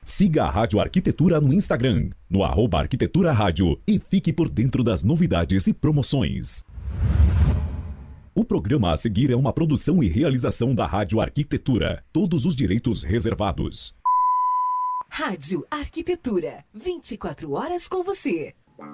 Siga a Rádio Arquitetura no Instagram, no @Arquitetura Rádio, e fique por dentro das novidades e promoções. O programa a seguir é uma produção e realização da Rádio Arquitetura. Todos os direitos reservados. Rádio Arquitetura, 24 horas com você.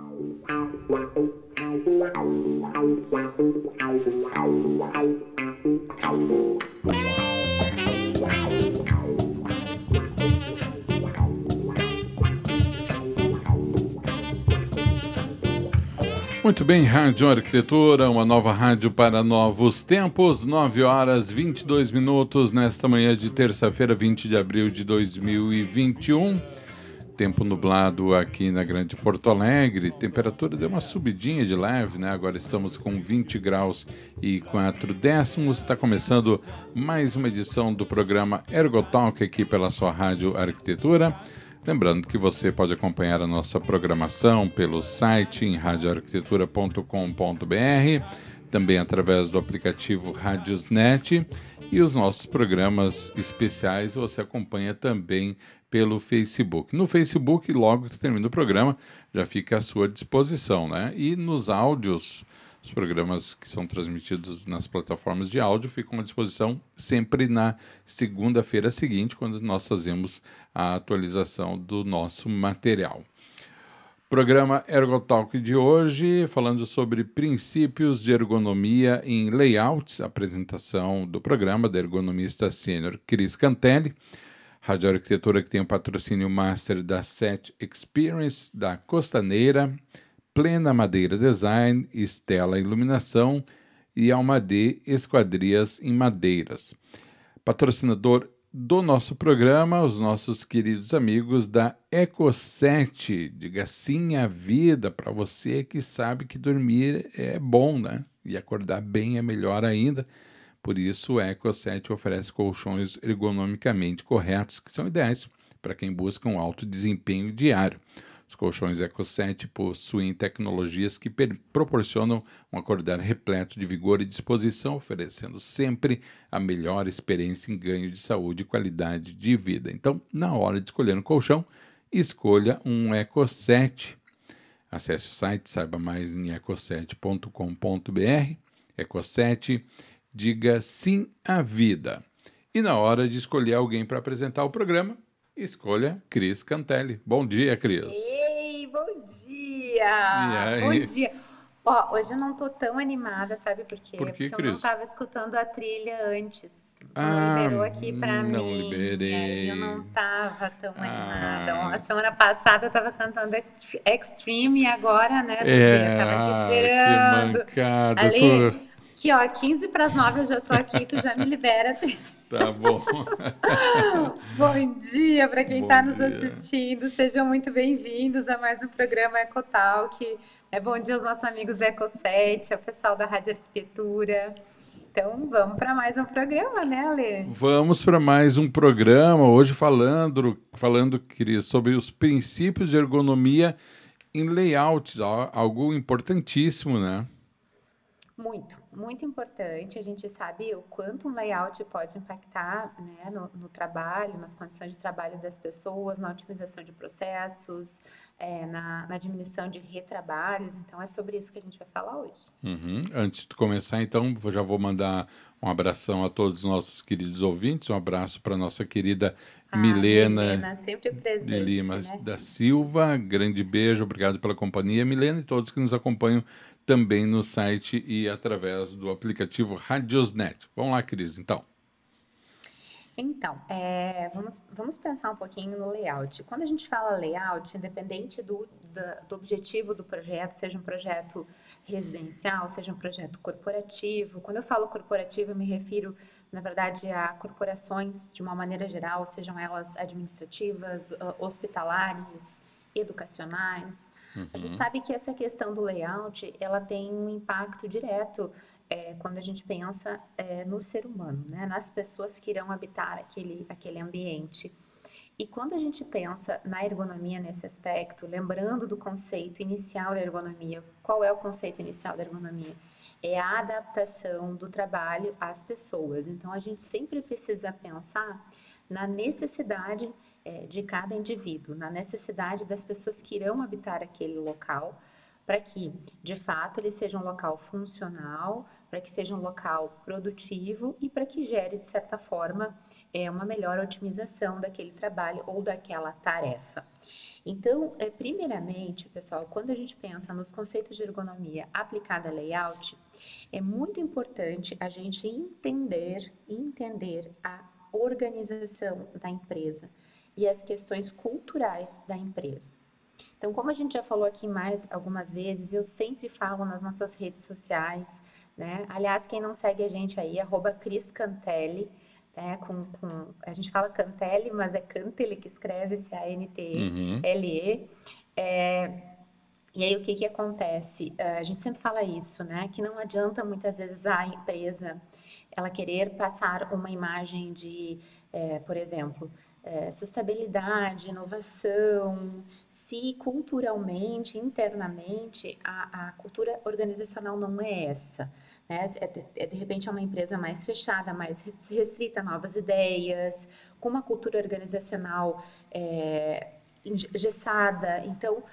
Muito bem, Rádio Arquitetura, uma nova rádio para novos tempos, 9 horas 22 minutos nesta manhã de terça-feira, 20 de abril de 2021. Tempo nublado aqui na Grande Porto Alegre, temperatura deu uma subidinha de leve, né? Agora estamos com 20 graus e 4 décimos. Está começando mais uma edição do programa Ergotalk aqui pela sua Rádio Arquitetura. Lembrando que você pode acompanhar a nossa programação pelo site em radioarquitetura.com.br, também através do aplicativo Radiosnet, e os nossos programas especiais você acompanha também pelo Facebook. No Facebook, logo que termina o programa, já fica à sua disposição, né? E nos áudios, os programas que são transmitidos nas plataformas de áudio ficam à disposição sempre na segunda-feira seguinte, quando nós fazemos a atualização do nosso material. Programa Ergotalk de hoje, falando sobre princípios de ergonomia em layouts, apresentação do programa da ergonomista sênior Cris Cantelli. Rádio Arquitetura que tem o patrocínio master da Set Experience, da Costaneira, Plena Madeira Design, Estela Iluminação e Almadê Esquadrias em Madeiras. Patrocinador do nosso programa, os nossos queridos amigos da Eco7. Diga sim à vida para você que sabe que dormir é bom, né? E acordar bem é melhor ainda. Por isso, a Eco7 oferece colchões ergonomicamente corretos, que são ideais para quem busca um alto desempenho diário. Os colchões Eco7 possuem tecnologias que proporcionam um acordar repleto de vigor e disposição, oferecendo sempre a melhor experiência em ganho de saúde e qualidade de vida. Então, na hora de escolher um colchão, escolha um Eco7. Acesse o site, saiba mais em eco7.com.br. Eco7, diga sim à vida. E na hora de escolher alguém para apresentar o programa, escolha Cris Cantelli. Bom dia, Cris. Ei, bom dia! Bom dia! Ó, hoje eu não tô tão animada, sabe por quê? Por que, Porque Cris? eu não tava escutando a trilha antes. Tu não liberou aqui pra mim. Não liberei. Eu não tava tão animada. A semana passada eu tava cantando Extreme e agora, né, tu vê, eu tava aqui esperando. Que mancada. Ali, aqui ó, 15 para as 9 eu já tô aqui, tu já me libera. Tá bom. Bom dia para quem está nos assistindo. Sejam muito bem-vindos a mais um programa Ecotalk. Bom dia aos nossos amigos da Eco7, ao pessoal da Rádio Arquitetura. Então, vamos para mais um programa, né, Ale? Vamos para mais um programa. Hoje falando, Cris, sobre os princípios de ergonomia em layouts. Algo importantíssimo, né? Muito importante. A gente sabe o quanto um layout pode impactar, né, no trabalho, nas condições de trabalho das pessoas, na otimização de processos, na diminuição de retrabalhos. Então, é sobre isso que a gente vai falar hoje. Antes de começar, então, já vou mandar um abração a todos os nossos queridos ouvintes. Um abraço para a nossa querida Milena sempre presente, de Lima, né? da Silva. Grande beijo, obrigado pela companhia, Milena, e todos que nos acompanham também no site e através do aplicativo Radiosnet. Vamos lá, Cris, então. Então, vamos pensar um pouquinho no layout. Quando a gente fala layout, independente do objetivo do projeto, seja um projeto residencial, seja um projeto corporativo. Quando eu falo corporativo, eu me refiro, na verdade, a corporações de uma maneira geral, sejam elas administrativas, hospitalares, educacionais. A gente sabe que essa questão do layout, ela tem um impacto direto quando a gente pensa no ser humano, né? Nas pessoas que irão habitar aquele ambiente. E quando a gente pensa na ergonomia nesse aspecto, lembrando do conceito inicial da ergonomia, qual é o conceito inicial da ergonomia? É a adaptação do trabalho às pessoas. Então, a gente sempre precisa pensar na necessidade de cada indivíduo, na necessidade das pessoas que irão habitar aquele local, para que, de fato, ele seja um local funcional, para que seja um local produtivo e para que gere, de certa forma, uma melhor otimização daquele trabalho ou daquela tarefa. Então, primeiramente, pessoal, quando a gente pensa nos conceitos de ergonomia aplicada a layout, é muito importante a gente entender a organização da empresa e as questões culturais da empresa. Então, como a gente já falou aqui mais algumas vezes, eu sempre falo nas nossas redes sociais, né? Aliás, quem não segue a gente aí, @CrisCantelli, né? A gente fala Cantelli, mas é Cantelli que escreve, Cantele. E aí, o que acontece? A gente sempre fala isso, né? Que não adianta muitas vezes a empresa ela querer passar uma imagem de, por exemplo, sustentabilidade, inovação, se culturalmente, internamente, a cultura organizacional não é essa. Né? De repente é uma empresa mais fechada, mais restrita a novas ideias, com uma cultura organizacional engessada. Então,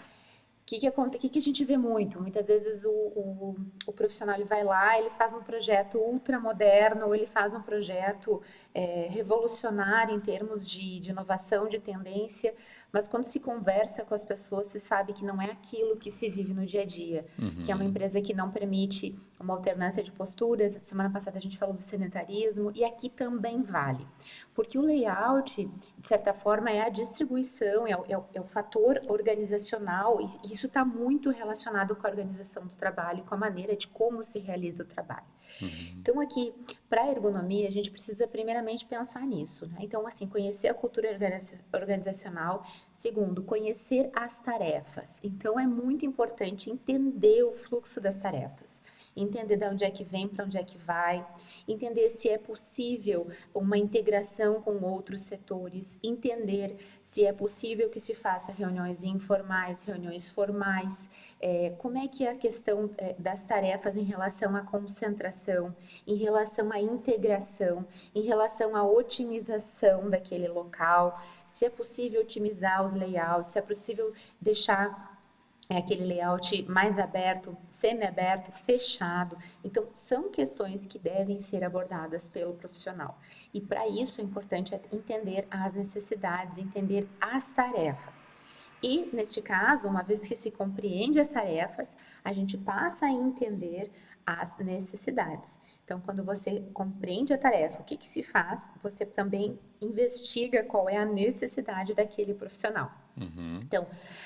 o que a gente vê muito? Muitas vezes o profissional ele vai lá, ele faz um projeto ultramoderno, ou ele faz um projeto revolucionário em termos de inovação, de tendência, mas quando se conversa com as pessoas, se sabe que não é aquilo que se vive no dia a dia, que é uma empresa que não permite uma alternância de posturas. Semana passada a gente falou do sedentarismo, e aqui também vale. Porque o layout, de certa forma, é a distribuição, é o fator organizacional, e isso está muito relacionado com a organização do trabalho, com a maneira de como se realiza o trabalho. Então, aqui, para a ergonomia, a gente precisa primeiramente pensar nisso, né? Então, assim, conhecer a cultura organizacional. Segundo, conhecer as tarefas. Então, é muito importante entender o fluxo das tarefas. Entender de onde é que vem, para onde é que vai, entender se é possível uma integração com outros setores, entender se é possível que se faça reuniões informais, reuniões formais, como é que é a questão das tarefas em relação à concentração, em relação à integração, em relação à otimização daquele local, se é possível otimizar os layouts, se é possível deixar aquele layout mais aberto, semi-aberto, fechado. Então, são questões que devem ser abordadas pelo profissional. E para isso é importante entender as necessidades, entender as tarefas. E, neste caso, uma vez que se compreende as tarefas, a gente passa a entender as necessidades. Então, quando você compreende a tarefa, o que se faz, você também investiga qual é a necessidade daquele profissional. Então,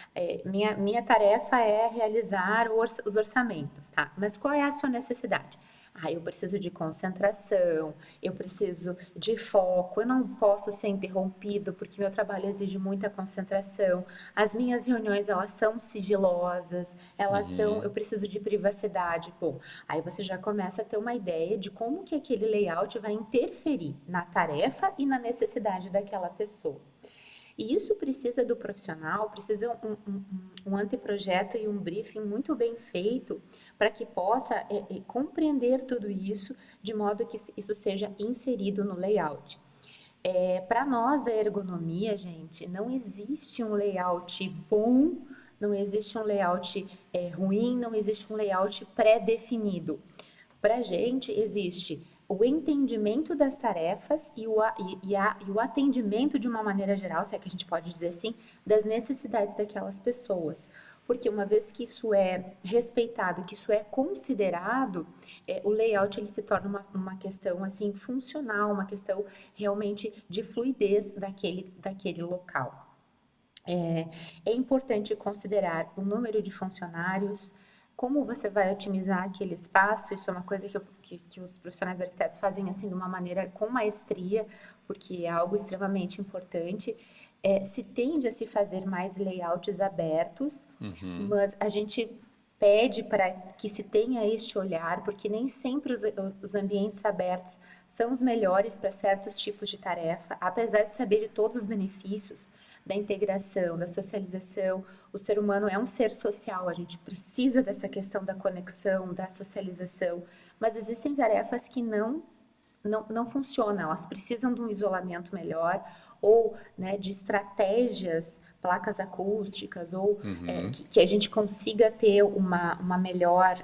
minha tarefa é realizar os orçamentos, tá? Mas qual é a sua necessidade? Eu preciso de concentração, eu preciso de foco, eu não posso ser interrompido porque meu trabalho exige muita concentração. As minhas reuniões, elas são sigilosas, eu preciso de privacidade. Bom, aí você já começa a ter uma ideia de como que aquele layout vai interferir na tarefa e na necessidade daquela pessoa. E isso precisa do profissional, precisa um anteprojeto e um briefing muito bem feito para que possa compreender tudo isso de modo que isso seja inserido no layout. Para nós da ergonomia, gente, não existe um layout bom, não existe um layout ruim, não existe um layout pré-definido. Para a gente existe o entendimento das tarefas e o atendimento de uma maneira geral, se é que a gente pode dizer assim, das necessidades daquelas pessoas. Porque uma vez que isso é respeitado, que isso é considerado, o layout ele se torna uma questão assim funcional, uma questão realmente de fluidez daquele local. É importante considerar o número de funcionários, como você vai otimizar aquele espaço. Isso é uma coisa que os profissionais arquitetos fazem assim de uma maneira com maestria, porque é algo extremamente importante. Se tende a se fazer mais layouts abertos, mas a gente pede para que se tenha este olhar, porque nem sempre os ambientes abertos são os melhores para certos tipos de tarefa, apesar de saber de todos os benefícios da integração, da socialização. O ser humano é um ser social, a gente precisa dessa questão da conexão, da socialização, mas existem tarefas que não não funciona, elas precisam de um isolamento melhor ou, né, de estratégias, placas acústicas, ou que a gente consiga ter uma melhor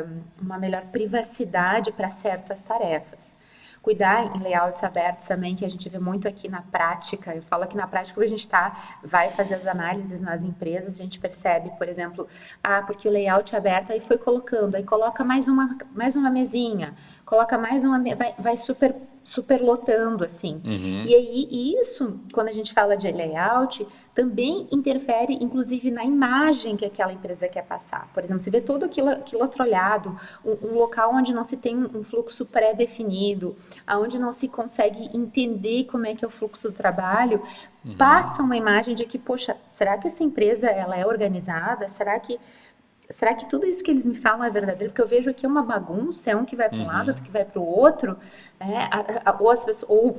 privacidade para certas tarefas. Cuidar em layouts abertos também, que a gente vê muito aqui na prática. Eu falo que na prática, quando a gente vai fazer as análises nas empresas, a gente percebe, por exemplo, porque o layout é aberto, aí foi colocando, aí coloca mais uma mesinha, coloca mais uma, vai super lotando, assim. E aí, isso, quando a gente fala de layout, também interfere, inclusive, na imagem que aquela empresa quer passar. Por exemplo, você vê todo aquilo atrolhado, um local onde não se tem um fluxo pré-definido, onde não se consegue entender como é que é o fluxo do trabalho, passa uma imagem de que, poxa, será que essa empresa ela é organizada? Será que tudo isso que eles me falam é verdadeiro? Porque eu vejo aqui uma bagunça, é um que vai para um lado, outro que vai para o outro, né? Ou as pessoas,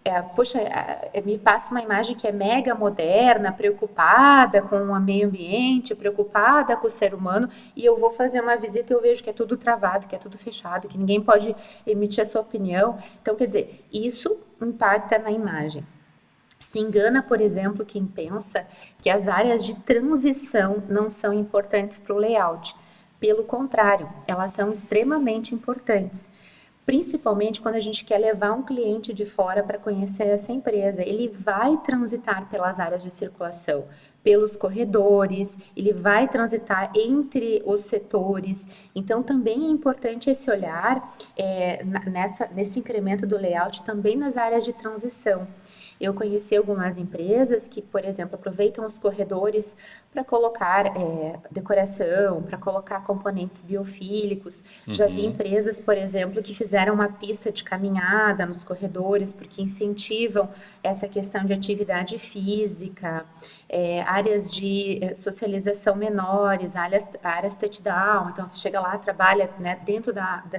me passa uma imagem que é mega moderna, preocupada com o meio ambiente, preocupada com o ser humano, e eu vou fazer uma visita e eu vejo que é tudo travado, que é tudo fechado, que ninguém pode emitir a sua opinião. Então, quer dizer, isso impacta na imagem. Se engana, por exemplo, quem pensa que as áreas de transição não são importantes para o layout. Pelo contrário, elas são extremamente importantes. Principalmente quando a gente quer levar um cliente de fora para conhecer essa empresa. Ele vai transitar pelas áreas de circulação, pelos corredores, ele vai transitar entre os setores. Então, também é importante esse olhar nesse incremento do layout também nas áreas de transição. Eu conheci algumas empresas que, por exemplo, aproveitam os corredores para colocar decoração, para colocar componentes biofílicos. Já vi empresas, por exemplo, que fizeram uma pista de caminhada nos corredores, porque incentivam essa questão de atividade física, áreas de socialização menores, áreas touchdown. Então, chega lá, trabalha, né, dentro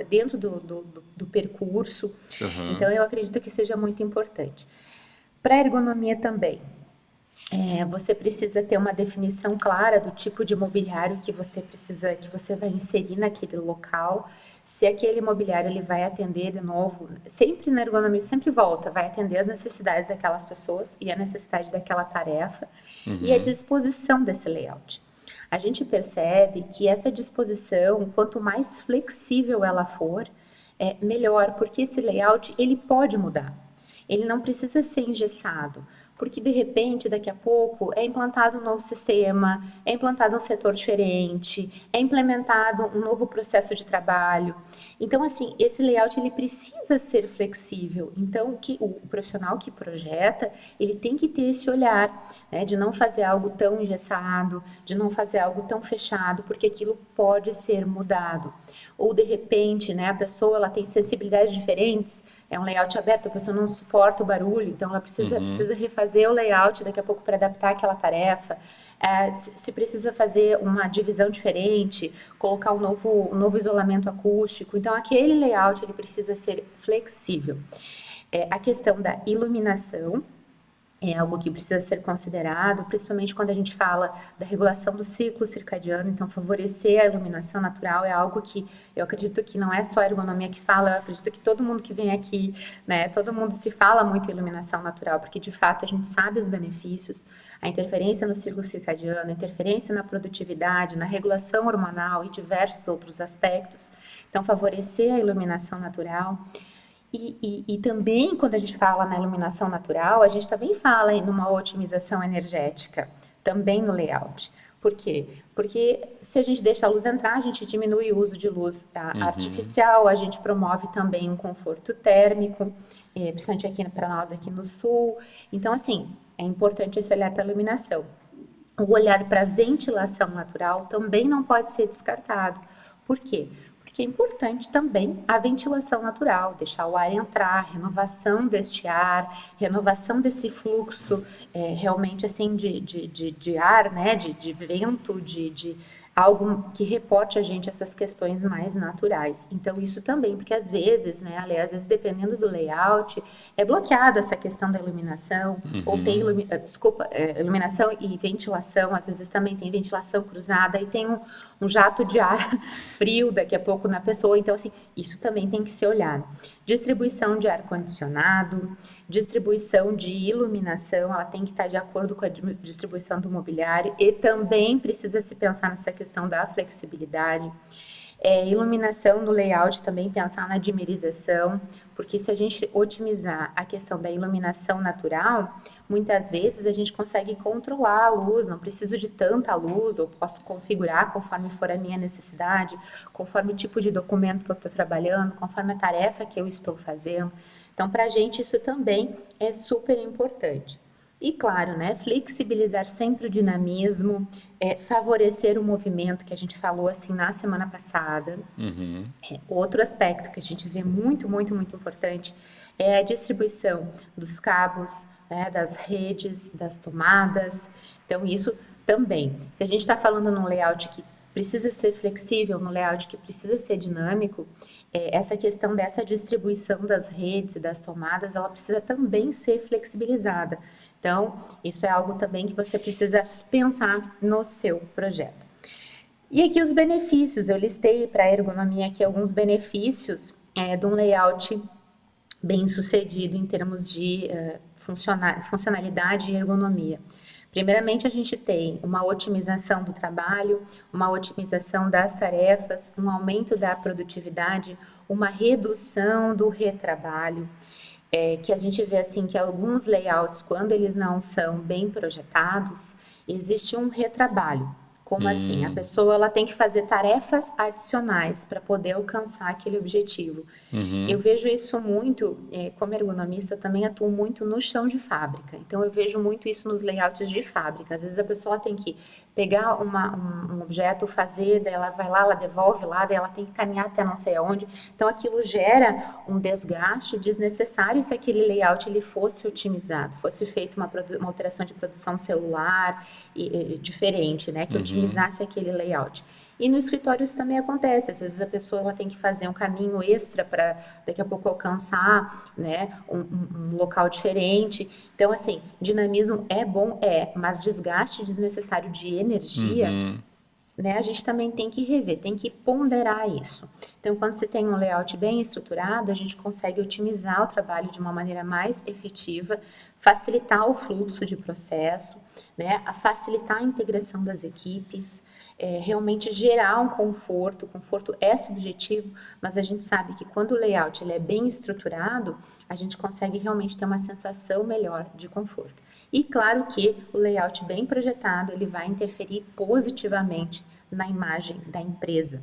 do percurso. Então, eu acredito que seja muito importante. Para a ergonomia também, você precisa ter uma definição clara do tipo de mobiliário que você vai inserir naquele local. Se aquele mobiliário ele vai atender de novo, sempre na ergonomia, sempre volta, vai atender as necessidades daquelas pessoas e a necessidade daquela tarefa e a disposição desse layout. A gente percebe que essa disposição, quanto mais flexível ela for, melhor, porque esse layout ele pode mudar. Ele não precisa ser engessado, porque de repente, daqui a pouco, é implantado um novo sistema, é implantado um setor diferente, é implementado um novo processo de trabalho. Então, assim, esse layout ele precisa ser flexível. Então, o profissional que projeta, ele tem que ter esse olhar, né, de não fazer algo tão engessado, de não fazer algo tão fechado, porque aquilo pode ser mudado. Ou, de repente, né, a pessoa ela tem sensibilidades diferentes, é um layout aberto, a pessoa não suporta o barulho, então ela precisa refazer o layout daqui a pouco para adaptar aquela tarefa. Se precisa fazer uma divisão diferente, colocar um novo isolamento acústico. Então, aquele layout ele precisa ser flexível. A questão da iluminação é algo que precisa ser considerado, principalmente quando a gente fala da regulação do ciclo circadiano. Então, favorecer a iluminação natural é algo que eu acredito que não é só a ergonomia que fala, eu acredito que todo mundo que vem aqui, né, todo mundo se fala muito em iluminação natural, porque de fato a gente sabe os benefícios, a interferência no ciclo circadiano, a interferência na produtividade, na regulação hormonal e diversos outros aspectos. Então, favorecer a iluminação natural. E também, quando a gente fala na iluminação natural, a gente também fala em uma otimização energética, também no layout. Por quê? Porque se a gente deixa a luz entrar, a gente diminui o uso de luz artificial, a gente promove também um conforto térmico, principalmente aqui para nós aqui no sul. Então, assim, é importante esse olhar para a iluminação. O olhar para a ventilação natural também não pode ser descartado. Por quê? Porque é importante também a ventilação natural, deixar o ar entrar, renovação deste ar, renovação desse fluxo realmente assim de ar, né, de vento, algo que reporte a gente essas questões mais naturais. Então, isso também, porque às vezes, né, Ale, às vezes dependendo do layout, é bloqueada essa questão da iluminação, ou tem iluminação e ventilação, às vezes também tem ventilação cruzada, e tem um jato de ar frio daqui a pouco na pessoa, então assim, isso também tem que ser olhado. Distribuição de ar-condicionado, distribuição de iluminação, ela tem que estar de acordo com a distribuição do mobiliário, e também precisa se pensar nessa questão da flexibilidade. Iluminação no layout, também pensar na dimerização, porque se a gente otimizar a questão da iluminação natural, muitas vezes a gente consegue controlar a luz, não preciso de tanta luz, ou posso configurar conforme for a minha necessidade, conforme o tipo de documento que eu estou trabalhando, conforme a tarefa que eu estou fazendo. Então, para a gente isso também é super importante. E claro, né, flexibilizar sempre o dinamismo, favorecer o movimento que a gente falou assim na semana passada. Outro aspecto que a gente vê muito, muito, muito importante é a distribuição dos cabos, né, das redes, das tomadas. Então, isso também. Se a gente está falando num layout que precisa ser flexível, no layout que precisa ser dinâmico, essa questão dessa distribuição das redes e das tomadas, ela precisa também ser flexibilizada. Então, isso é algo também que você precisa pensar no seu projeto. E aqui os benefícios, eu listei para a ergonomia aqui alguns benefícios de um layout bem sucedido em termos de funcionalidade e ergonomia. Primeiramente, a gente tem uma otimização do trabalho, uma otimização das tarefas, um aumento da produtividade, uma redução do retrabalho, que a gente vê assim que alguns layouts, quando eles não são bem projetados, existe um retrabalho. Como assim? A pessoa ela tem que fazer tarefas adicionais para poder alcançar aquele objetivo. Eu vejo isso muito, como ergonomista, eu também atuo muito no chão de fábrica. Então, eu vejo muito isso nos layouts de fábrica. Às vezes a pessoa tem que pegar um objeto, fazer, daí ela vai lá, ela devolve lá, daí ela tem que caminhar até não sei aonde. Então, aquilo gera um desgaste desnecessário se aquele layout ele fosse otimizado, fosse feita uma alteração de produção celular diferente, né, que otimizasse aquele layout. E no escritório isso também acontece, às vezes a pessoa ela tem que fazer um caminho extra para daqui a pouco alcançar, né, um local diferente. Então, assim, dinamismo é bom, mas desgaste desnecessário de energia, né, a gente também tem que rever, tem que ponderar isso. Então, quando você tem um layout bem estruturado, a gente consegue otimizar o trabalho de uma maneira mais efetiva, facilitar o fluxo de processo, né, facilitar a integração das equipes, realmente gerar um conforto. O conforto é subjetivo, mas a gente sabe que quando o layout ele é bem estruturado, a gente consegue realmente ter uma sensação melhor de conforto. E claro que o layout bem projetado, ele vai interferir positivamente na imagem da empresa.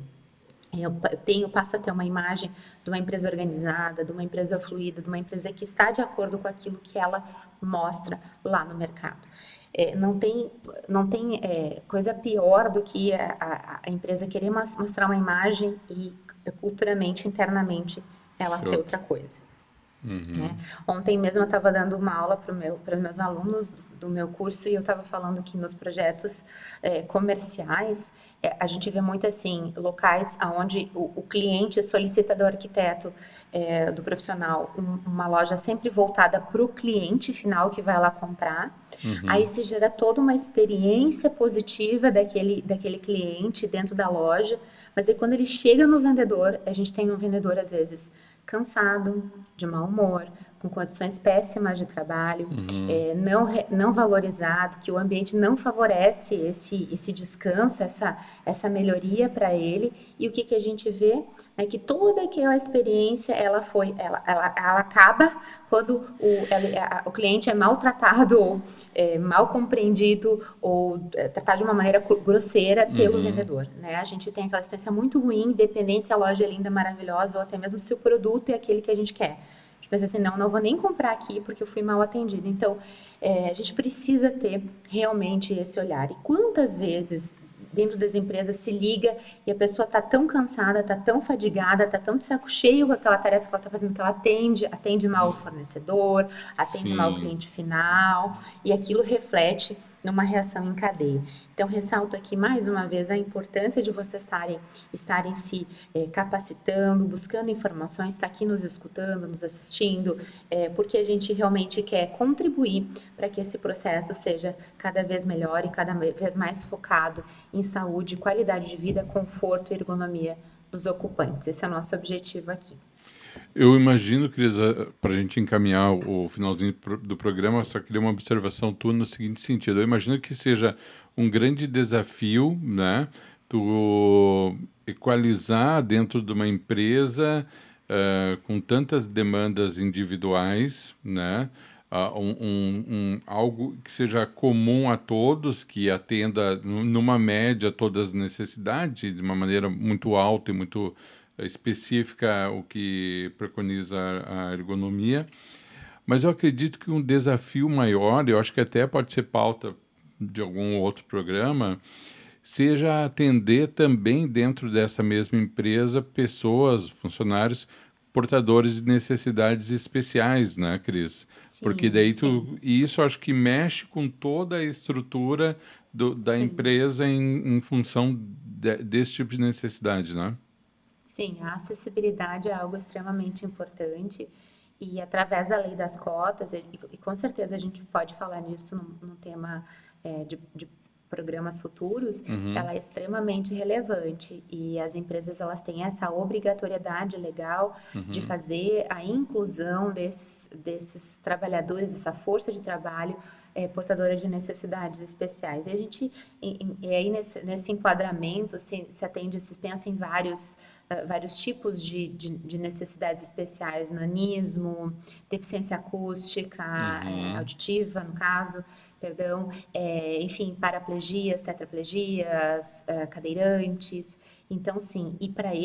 Eu passo a ter uma imagem de uma empresa organizada, de uma empresa fluida, de uma empresa que está de acordo com aquilo que ela mostra lá no mercado. Não tem coisa pior do que a empresa querer mostrar uma imagem e culturalmente, internamente, ela ser outra coisa. Né? Ontem mesmo eu estava dando uma aula para os meus alunos do meu curso e eu estava falando que nos projetos comerciais a gente vê muito assim locais onde o cliente solicita do arquiteto, do profissional, uma loja sempre voltada para o cliente final que vai lá comprar. Aí se gera toda uma experiência positiva daquele cliente dentro da loja, mas aí quando ele chega no vendedor, a gente tem um vendedor às vezes cansado, de mau humor, com condições péssimas de trabalho, não valorizado, que o ambiente não favorece esse descanso, essa melhoria para ele. E o que a gente vê é que toda aquela experiência ela acaba quando o cliente é maltratado, ou mal compreendido, ou tratado de uma maneira grosseira pelo vendedor, né? A gente tem aquela experiência muito ruim, independente se a loja é linda, maravilhosa, ou até mesmo se o produto é aquele que a gente quer. A gente pensa assim, não vou nem comprar aqui porque eu fui mal atendido. Então, a gente precisa ter realmente esse olhar. E quantas vezes dentro das empresas se liga e a pessoa está tão cansada, está tão fadigada, está tão de saco cheio com aquela tarefa que ela está fazendo, que ela atende mal o fornecedor, atende mal o cliente final, e aquilo reflete numa reação em cadeia. Então, ressalto aqui mais uma vez a importância de vocês estarem se capacitando, buscando informações, estar aqui nos escutando, nos assistindo, porque a gente realmente quer contribuir para que esse processo seja cada vez melhor e cada vez mais focado em saúde, qualidade de vida, conforto e ergonomia dos ocupantes. Esse é o nosso objetivo aqui. Eu imagino, Cris, para a gente encaminhar o finalzinho do programa, só queria uma observação tua no seguinte sentido. Eu imagino que seja um grande desafio, né, tu equalizar dentro de uma empresa com tantas demandas individuais, né, algo que seja comum a todos, que atenda numa média todas as necessidades, de uma maneira muito alta e muito específica, o que preconiza a ergonomia. Mas eu acredito que um desafio maior, eu acho que até pode ser pauta de algum outro programa, seja atender também dentro dessa mesma empresa pessoas, funcionários, portadores de necessidades especiais, né, Cris? Sim, porque daí sim. e isso acho que mexe com toda a estrutura da Sim. empresa em função desse tipo de necessidade, né? Sim, a acessibilidade é algo extremamente importante e através da lei das cotas, e com certeza a gente pode falar nisso no tema de programas futuros, ela é extremamente relevante e as empresas elas têm essa obrigatoriedade legal de fazer a inclusão desses trabalhadores, essa força de trabalho portadora de necessidades especiais. E a gente, aí nesse enquadramento, se atende, se pensa em vários tipos de necessidades especiais, nanismo, deficiência acústica, auditiva, no caso, perdão, enfim, paraplegias, tetraplegias, cadeirantes. Então, sim, e para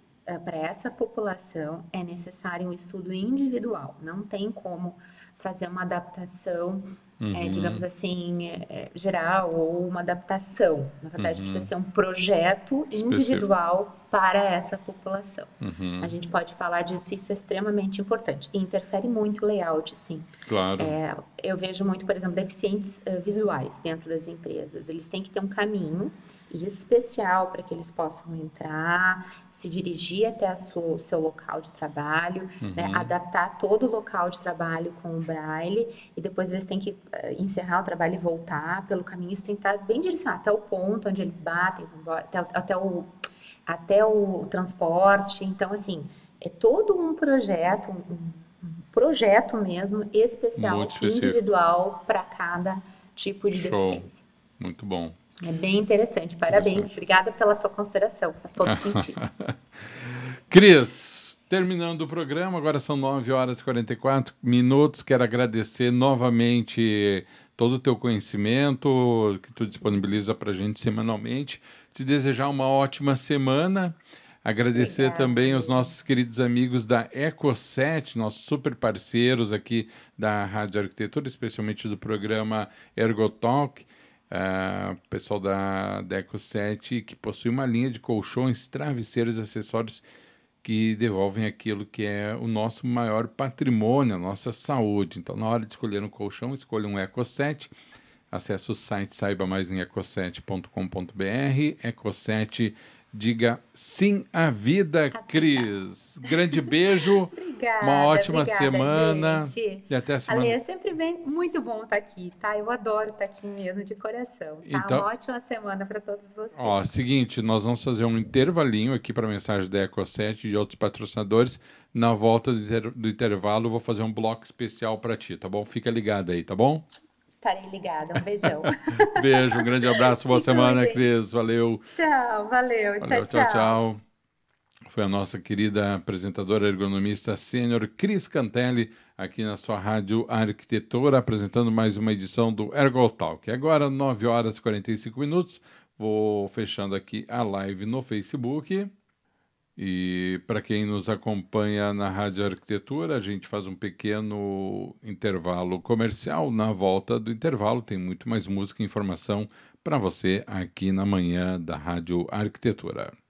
essa população é necessário um estudo individual, não tem como fazer uma adaptação, digamos assim, geral ou uma adaptação. Na verdade, precisa ser um projeto individual para essa população. A gente pode falar disso, isso é extremamente importante. E interfere muito o layout, sim. Claro. Eu vejo muito, por exemplo, deficientes visuais dentro das empresas. Eles têm que ter um caminho especial para que eles possam entrar, se dirigir até o seu local de trabalho, né, adaptar todo o local de trabalho com o braille e depois eles têm que encerrar o trabalho e voltar pelo caminho. Isso tem que estar bem direcionado até o ponto onde eles batem, até o transporte. Então, assim, é todo um projeto, um projeto mesmo especial, individual para cada tipo de deficiência. Muito bom. É bem interessante. Parabéns. Obrigada pela tua consideração. Faz todo sentido. Cris, terminando o programa, agora são 9h44. Quero agradecer novamente todo o teu conhecimento que tu disponibiliza para a gente semanalmente. Te desejar uma ótima semana. Agradecer também aos nossos queridos amigos da Eco7, nossos super parceiros aqui da Rádio Arquitetura, especialmente do programa ErgoTalk. Pessoal da Eco7, que possui uma linha de colchões, travesseiros e acessórios que devolvem aquilo que é o nosso maior patrimônio, a nossa saúde. Então, na hora de escolher um colchão, escolha um Eco7. Acesse o site, saiba mais em eco7.com.br. Eco7, diga sim à vida, Cris. Grande beijo. Obrigada, uma ótima semana. Gente. E até a semana. Ale, é sempre muito bom estar aqui, tá? Eu adoro estar aqui mesmo, de coração, tá? Então, uma ótima semana para todos vocês. Seguinte, nós vamos fazer um intervalinho aqui para a mensagem da Eco7 e de outros patrocinadores. Na volta do intervalo, eu vou fazer um bloco especial para ti, tá bom? Fica ligado aí, tá bom? Estarei ligada. Um beijão. Beijo, um grande abraço. Boa semana, Cris. Valeu. Tchau, valeu. Tchau. Foi a nossa querida apresentadora ergonomista sênior Cris Cantelli, aqui na sua Rádio Arquitetura, apresentando mais uma edição do ErgoTalk. Agora, 9h45. Vou fechando aqui a live no Facebook. E para quem nos acompanha na Rádio Arquitetura, a gente faz um pequeno intervalo comercial. Na volta do intervalo tem muito mais música e informação para você aqui na manhã da Rádio Arquitetura.